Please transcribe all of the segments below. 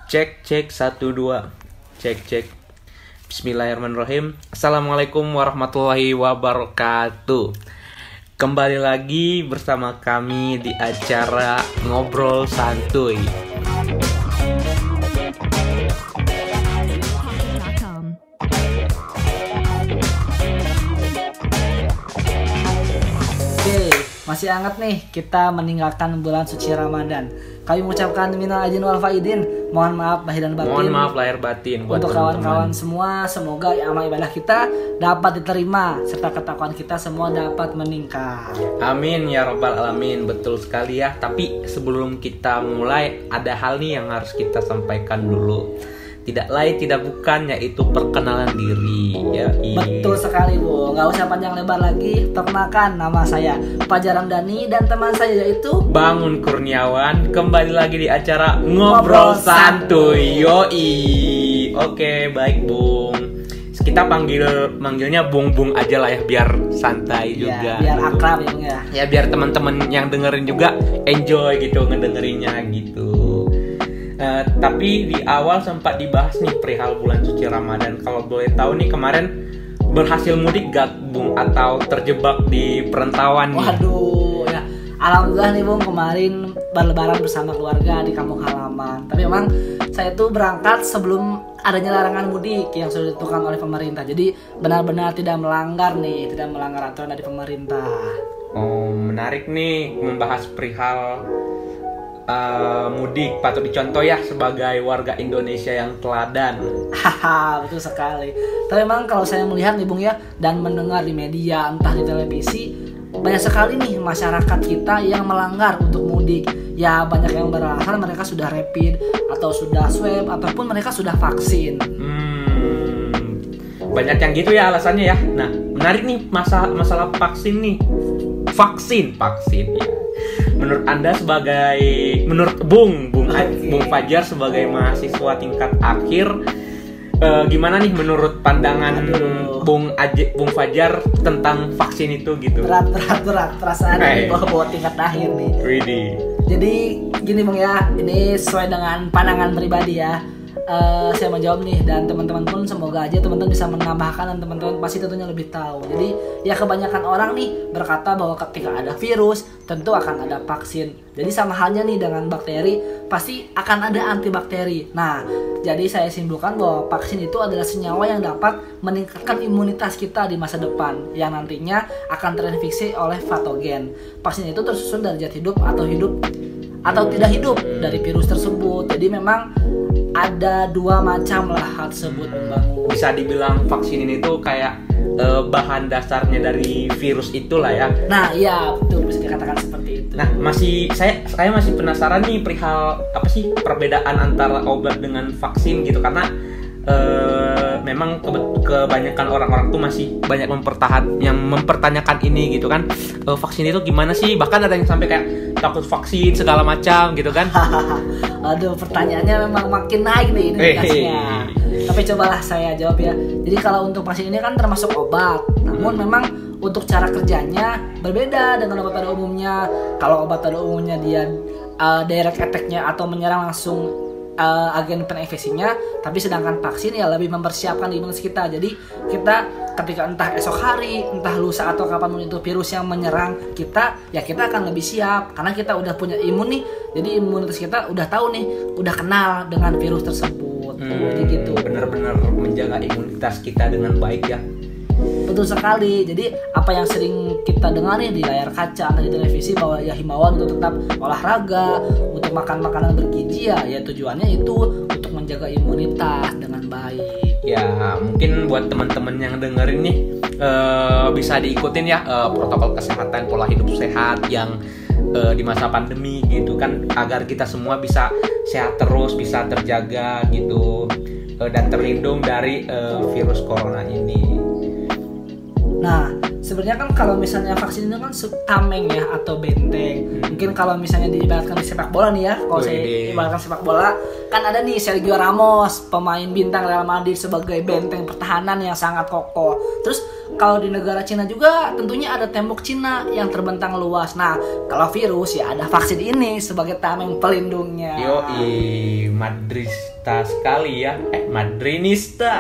Cek 1 2. Cek. Bismillahirrahmanirrahim. Assalamualaikum warahmatullahi wabarakatuh. Kembali lagi bersama kami di acara Ngobrol Santuy. Oke, masih hangat nih kita meninggalkan bulan suci Ramadan. Kami mengucapkan minal aidin wal faidin. Mohon maaf lahir dan batin. Mohon maaf lahir batin buat untuk teman-teman. kawan-kawan semua. Semoga amal ibadah kita dapat diterima serta ketakwaan kita semua dapat meningkat. Amin ya rabbal alamin. Betul sekali ya. Tapi sebelum kita mulai, ada hal nih yang harus kita sampaikan dulu. Tidak lain tidak bukan yaitu perkenalan diri ya. Betul sekali Bu, gak usah panjang lebar lagi. Perkenalkan, nama saya Fajar Ramdhani dan teman saya yaitu Bangun Kurniawan. Kembali lagi di acara Ngobrol Santuy. Yoi. Oke, baik Bung. Kita manggilnya Bung aja lah ya, biar santai juga. Biar akrab ya Bung ya. Ya biar teman-teman yang dengerin juga enjoy gitu ngedengerinnya gitu. Tapi di awal sempat dibahas nih perihal bulan suci Ramadan. Kalau boleh tahu nih, kemarin berhasil mudik gak Bung atau terjebak di perantauan nih? Waduh ya, alhamdulillah nih Bung, kemarin berlebaran bersama keluarga di kampung halaman. Tapi memang saya tuh berangkat sebelum adanya larangan mudik yang sudah ditentukan oleh pemerintah. Jadi benar-benar tidak melanggar aturan dari pemerintah. Oh, menarik nih membahas perihal mudik. Patut dicontoh ya sebagai warga Indonesia yang teladan. Haha, betul sekali. Tapi memang kalau saya melihat nih Bung ya, dan mendengar di media entah di televisi, banyak sekali nih masyarakat kita yang melanggar untuk mudik. Ya banyak yang beralasan mereka sudah rapid atau sudah swab ataupun mereka sudah vaksin. Banyak yang gitu ya alasannya ya. Nah, menarik nih masalah vaksin nih. Vaksin ya. Menurut Anda menurut Bung Fajar sebagai mahasiswa tingkat akhir, gimana nih menurut pandangan Bung Fajar tentang vaksin itu gitu? Berat perasaan di bawah tingkat akhir nih. Ready. Jadi gini Bung ya, ini sesuai dengan pandangan pribadi ya. Saya menjawab nih, dan teman-teman pun semoga aja teman-teman bisa menambahkan, dan teman-teman pasti tentunya lebih tahu. Jadi ya kebanyakan orang nih berkata bahwa ketika ada virus tentu akan ada vaksin. Jadi sama halnya nih dengan bakteri, pasti akan ada antibakteri. Nah, jadi saya simpulkan bahwa vaksin itu adalah senyawa yang dapat meningkatkan imunitas kita di masa depan yang nantinya akan terinfeksi oleh patogen. Vaksin itu tersusun dari zat hidup atau tidak hidup dari virus tersebut. Jadi memang ada dua macam lah hal tersebut membangun. Bisa dibilang vaksin ini tuh kayak bahan dasarnya dari virus itulah ya. Nah iya betul, bisa dikatakan seperti itu. Nah saya masih penasaran nih perihal apa sih perbedaan antara obat dengan vaksin gitu, karena memang kebanyakan orang-orang tuh masih banyak mempertanyakan ini gitu kan. Vaksin itu gimana sih? Bahkan ada yang sampai kayak takut vaksin segala macam gitu kan. Aduh, pertanyaannya memang makin naik nih indikasinya. Tapi cobalah saya jawab ya. Jadi kalau untuk vaksin ini kan termasuk obat, namun memang untuk cara kerjanya berbeda dengan obat pada umumnya. Kalau obat pada umumnya dia direct attack-nya atau menyerang langsung agen peninfeksinya, tapi sedangkan vaksin ya lebih mempersiapkan imunitas kita. Jadi kita ketika entah esok hari, entah lusa atau kapanpun itu virus yang menyerang kita, ya kita akan lebih siap karena kita udah punya imun nih. Jadi imunitas kita udah tahu nih, udah kenal dengan virus tersebut. Jadi gitu. Benar-benar menjaga imunitas kita dengan baik ya. Betul sekali. Jadi apa yang sering kita dengar nih di layar kaca atau di televisi bahwa ya himbauan untuk tetap olahraga, untuk makan makanan bergizi, ya tujuannya itu untuk menjaga imunitas dengan baik. Ya mungkin buat teman-teman yang dengerin nih bisa diikutin ya protokol kesehatan, pola hidup sehat yang di masa pandemi gitu kan, agar kita semua bisa sehat terus, bisa terjaga gitu dan terlindung dari virus corona ini. Nah, sebenarnya kan kalau misalnya vaksin itu kan tameng ya atau benteng. Mungkin kalau misalnya diibaratkan di sepak bola nih ya, kalau saya ibaratkan sepak bola, kan ada nih Sergio Ramos, pemain bintang Real Madrid sebagai benteng pertahanan yang sangat kokoh. Terus kalau di negara Cina juga tentunya ada tembok Cina yang terbentang luas. Nah, kalau virus ya ada vaksin ini sebagai tameng pelindungnya. Yoi, Madrista sekali ya. Madrinista.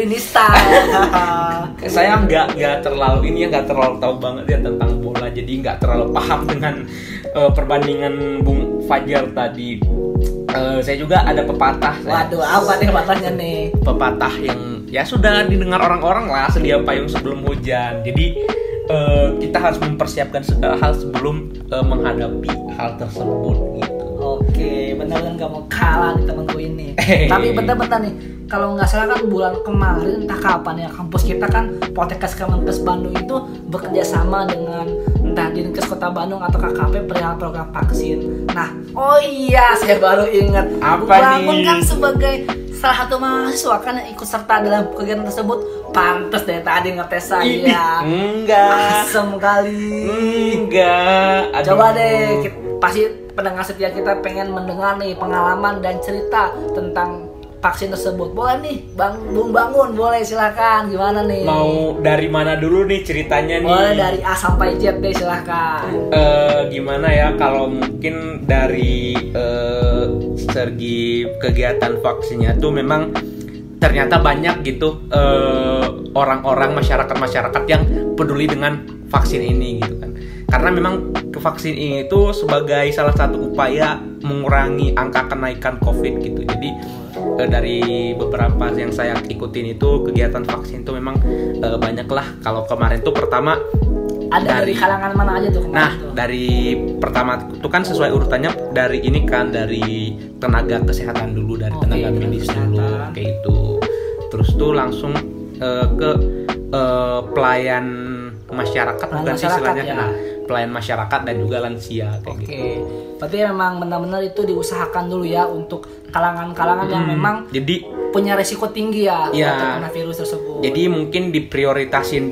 Saya nggak terlalu tahu banget ya tentang bola, jadi nggak terlalu paham dengan perbandingan Bung Fajar tadi. Saya juga ada pepatah. Waduh, apa nih pepatahnya nih? Pepatah yang ya sudah didengar orang-orang lah, sedia payung sebelum hujan. Jadi kita harus mempersiapkan segala hal sebelum menghadapi hal tersebut gitu. Oke, benar-benar gak mau kalah nih temanku ini. Tapi bentar-bentar nih, kalau nggak salah kan bulan kemarin entah kapan ya, kampus kita kan Poltekkes Kemenkes Bandung itu bekerja sama dengan entah Dinkes Kota Bandung atau KKP perihal program vaksin. Nah, oh iya, saya baru ingat. Apa Bangun nih? kan sebagai salah satu mahasiswa kan yang ikut serta dalam kegiatan tersebut. Pantes deh tadi ngetes saya. Enggak. Asem kali. Enggak. Aduh. Coba deh, pasti pendengar setia kita pengen mendengar nih pengalaman dan cerita tentang vaksin tersebut. Boleh nih, Bung Bangun, boleh silakan. Gimana nih? Mau dari mana dulu nih ceritanya nih? Boleh dari A sampai Z deh, silakan. Gimana ya, kalau mungkin dari segi kegiatan vaksinnya tuh memang ternyata banyak gitu orang-orang masyarakat yang peduli dengan vaksin ini gitu kan. Karena memang vaksin ini itu sebagai salah satu upaya mengurangi angka kenaikan COVID gitu. Jadi dari beberapa yang saya ikutin itu kegiatan vaksin itu memang banyak lah. Kalau kemarin tuh pertama ada dari kalangan mana aja tuh kemarin? Nah, dari pertama itu kan sesuai urutannya dari ini kan, dari tenaga kesehatan dulu, dari tenaga medis dulu kayak gitu. Terus tuh langsung ke pelayan masyarakat, bukan sih istilahnya ya. Nah, pelayan masyarakat dan juga lansia kayak gitu. Berarti memang benar-benar itu diusahakan dulu ya untuk kalangan-kalangan yang memang jadi punya resiko tinggi ya Iya. terkena virus tersebut. Jadi mungkin diprioritasin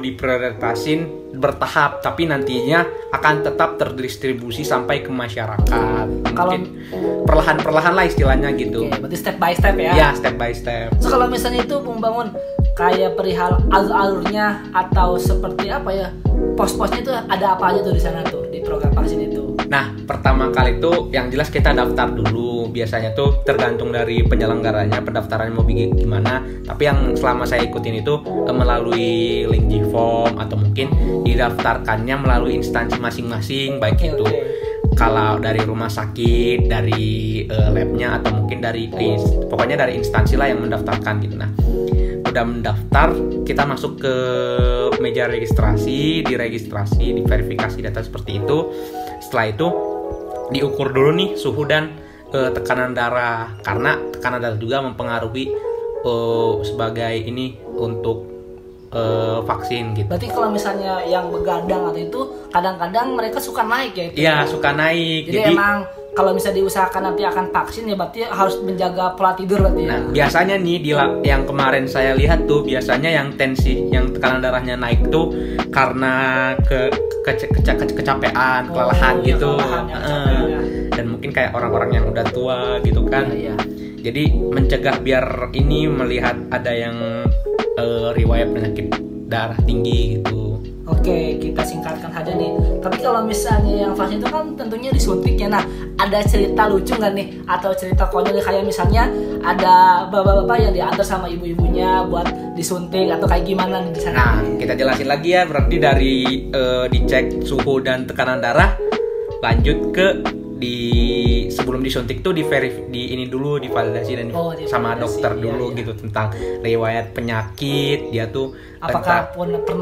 bertahap, tapi nantinya akan tetap terdistribusi sampai ke masyarakat. Mungkin perlahan-perlahan lah istilahnya gitu. Oke, berarti step by step ya. Ya, step by step. So kalau misalnya itu Bung Bangun kayak perihal alur-alurnya atau seperti apa ya, pos-posnya itu ada apa aja tuh di sana tuh di program vaksin itu? Nah, pertama kali itu yang jelas kita daftar dulu. Biasanya tuh tergantung dari penyelenggaranya, pendaftarannya mau bikin gimana. Tapi yang selama saya ikutin itu melalui link Gform atau mungkin didaftarkannya melalui instansi masing-masing, baik itu kalau dari rumah sakit, dari labnya atau mungkin dari pokoknya dari instansi lah yang mendaftarkan gitu. Nah, udah mendaftar, kita masuk ke meja registrasi, diregistrasi, diverifikasi data seperti itu. Setelah itu diukur dulu nih suhu dan tekanan darah, karena tekanan darah juga mempengaruhi sebagai ini untuk vaksin gitu. Berarti kalau misalnya yang begadang atau itu kadang-kadang mereka suka naik ya itu? Iya, suka naik. Jadi emang kalau misalnya diusahakan nanti akan vaksin ya berarti harus menjaga pola tidur berarti ya. Nah, biasanya nih yang kemarin saya lihat tuh biasanya yang tekanan darahnya naik tuh karena kecapean, kelelahan gitu. Dan mungkin kayak orang-orang yang udah tua gitu kan. Iya. Jadi mencegah biar ini melihat ada yang riwayat penyakit darah tinggi gitu. Oke, kita singkatkan saja nih. Tapi kalau misalnya yang vaksin itu kan tentunya disuntik ya. Nah, ada cerita lucu nggak nih? Atau cerita konyol kayak misalnya ada bapak-bapak yang diantar sama ibu-ibunya buat disuntik atau kayak gimana nih di sana? Nah, kita jelasin lagi ya. Berarti dari dicek suhu dan tekanan darah, lanjut ke sebelum disuntik tuh ini dulu divalidasi dan sama dokter dulu gitu tentang riwayat penyakit dia tuh apakah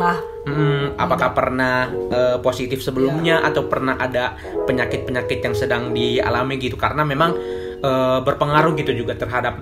pernah positif sebelumnya atau pernah ada penyakit yang sedang dialami gitu, karena memang berpengaruh gitu juga terhadap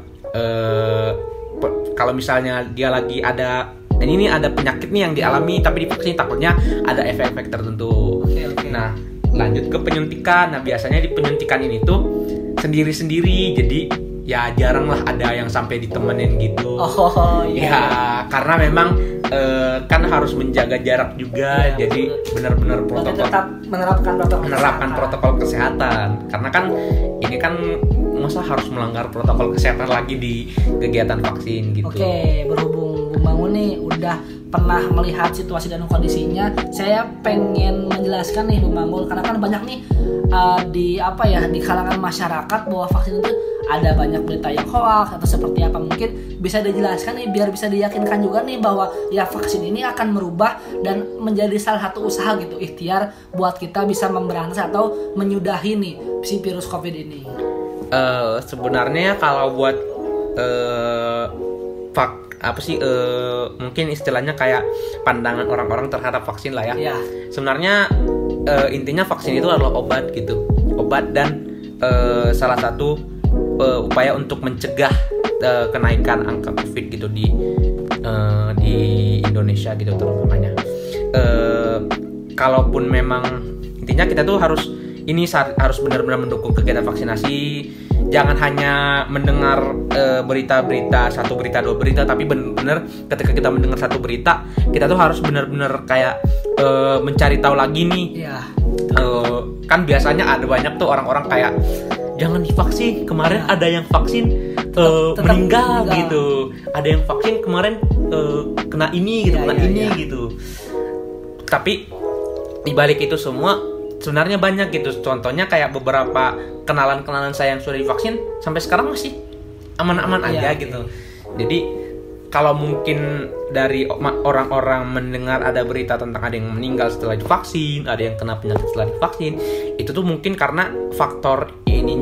kalau misalnya dia lagi ada ini ada penyakit nih yang dialami tapi divaksin takutnya ada efek-efek tertentu. Nah, lanjut ke penyuntikan. Nah, biasanya di penyuntikan ini tuh sendiri-sendiri, jadi ya jarang lah ada yang sampai ditemenin gitu. Ya, karena memang kan harus menjaga jarak juga, jadi benar-benar protokol, tetap menerapkan protokol kesehatan. Karena kan ini kan masa harus melanggar protokol kesehatan lagi di kegiatan vaksin gitu. Oke, berhubung Bung Bangun nih udah pernah melihat situasi dan kondisinya, saya pengen menjelaskan nih Bung Bangun, karena kan banyak nih di kalangan masyarakat bahwa vaksin itu ada banyak berita yang hoax atau seperti apa. Mungkin bisa dijelaskan nih biar bisa diyakinkan juga nih bahwa ya vaksin ini akan merubah dan menjadi salah satu usaha gitu, ikhtiar buat kita bisa memberantas atau menyudahi nih si virus COVID ini. Sebenarnya kalau buat mungkin istilahnya kayak pandangan orang-orang terhadap vaksin lah ya. Iya. Sebenarnya intinya vaksin itu adalah obat gitu, obat dan salah satu upaya untuk mencegah kenaikan angka COVID gitu di Indonesia gitu terutamanya. Kalaupun memang intinya kita tuh harus benar-benar mendukung kegiatan vaksinasi. Jangan hanya mendengar berita-berita, satu berita, dua berita, tapi benar-benar ketika kita mendengar satu berita, kita tuh harus benar-benar kayak mencari tahu lagi nih. Iya. Kan biasanya ada banyak tuh orang-orang kayak jangan divaksin, kemarin ada yang vaksin meninggal gitu, ada yang vaksin kemarin kena ini gitu, gitu. Tapi dibalik itu semua sebenarnya banyak gitu. Contohnya kayak beberapa kenalan saya yang sudah divaksin sampai sekarang masih aman-aman aja gitu. Jadi kalau mungkin dari orang-orang mendengar ada berita tentang ada yang meninggal setelah divaksin, ada yang kena penyakit setelah divaksin, itu tuh mungkin karena faktor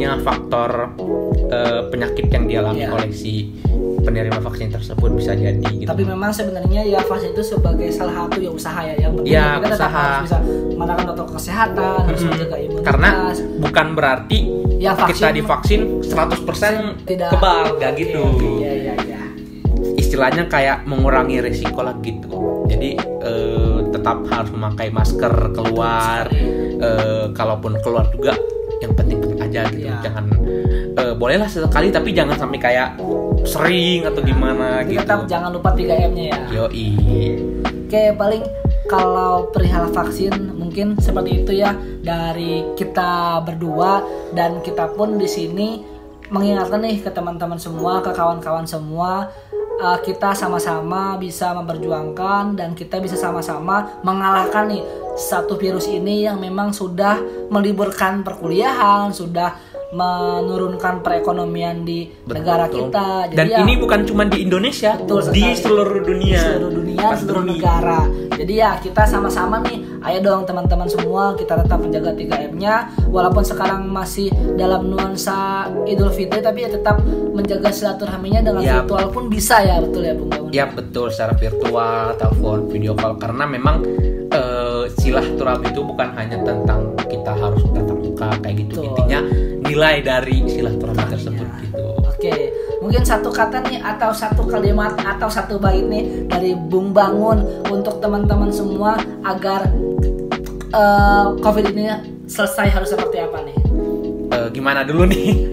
penyakit yang dialami oleh si penerima vaksin tersebut bisa jadi gitu. Tapi memang sebenarnya ya vaksin itu sebagai salah satu ya usaha ya, yang penting kita tetap harus bisa menggunakan protokol kesehatan, harus menjaga imunitas. Karena bukan berarti ya, kita divaksin 100% kebal, gak gitu. Iya. Istilahnya kayak mengurangi risiko lah gitu. Jadi tetap harus memakai masker keluar. Kalaupun keluar juga yang penting-penting aja gitu. Jangan bolehlah sekali tapi jangan sampai kayak sering atau gimana gitu. Tetap jangan lupa 3M-nya ya. Yoi. Oke, paling kalau perihal vaksin mungkin seperti itu ya dari kita berdua, dan kita pun di sini mengingatkan nih ke teman-teman semua, ke kawan-kawan semua, kita sama-sama bisa memperjuangkan dan kita bisa sama-sama mengalahkan nih satu virus ini yang memang sudah meliburkan perkuliahan, sudah menurunkan perekonomian di negara kita. Jadi dan ini bukan cuma di Indonesia, di seluruh dunia, seluruh negara. Jadi ya kita sama-sama nih, ayo dong teman-teman semua, kita tetap menjaga 3M-nya. Walaupun sekarang masih dalam nuansa Idul Fitri, tapi ya tetap menjaga silaturahminya dengan virtual pun bisa ya, betul ya Bung Bangun? Ya betul, secara virtual, telepon, video call, karena memang silaturahmi itu bukan hanya tentang kita harus tatap muka kayak gitu. Betul. Intinya nilai dari silaturahmi tersebut gitu. Oke, mungkin satu kata nih atau satu kalimat atau satu bait nih dari Bung Bangun untuk teman-teman semua agar COVID ini selesai harus seperti apa nih? Gimana dulu nih?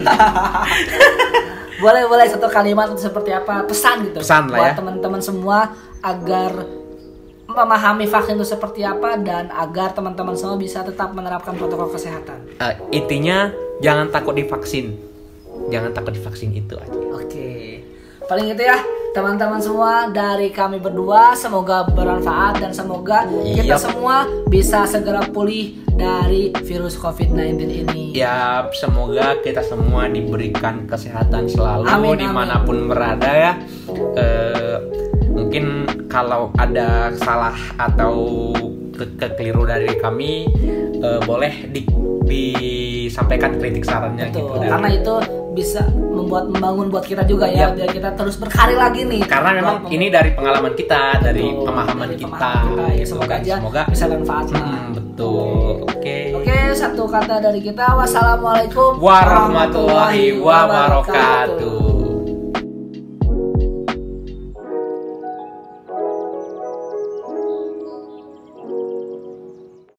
boleh satu kalimat atau seperti apa, pesan gitu buat teman-teman semua agar memahami vaksin itu seperti apa dan agar teman-teman semua bisa tetap menerapkan protokol kesehatan. Intinya jangan takut divaksin itu aja. Oke, paling itu ya teman-teman semua dari kami berdua, semoga bermanfaat dan semoga kita semua bisa segera pulih dari virus COVID-19 ini. Ya, semoga kita semua diberikan kesehatan selalu dimanapun berada ya. Mungkin kalau ada salah atau kekeliru dari kami, boleh disampaikan kritik sarannya. Betul, gitu. Karena itu bisa membangun buat kita juga ya, biar kita terus berkarya lagi nih. Karena memang ini dari pengalaman kita, dari pemahaman kita. Ya, semoga bisa bermanfaat lah. Betul. Oke, satu kata dari kita. Wassalamualaikum warahmatullahi wabarakatuh.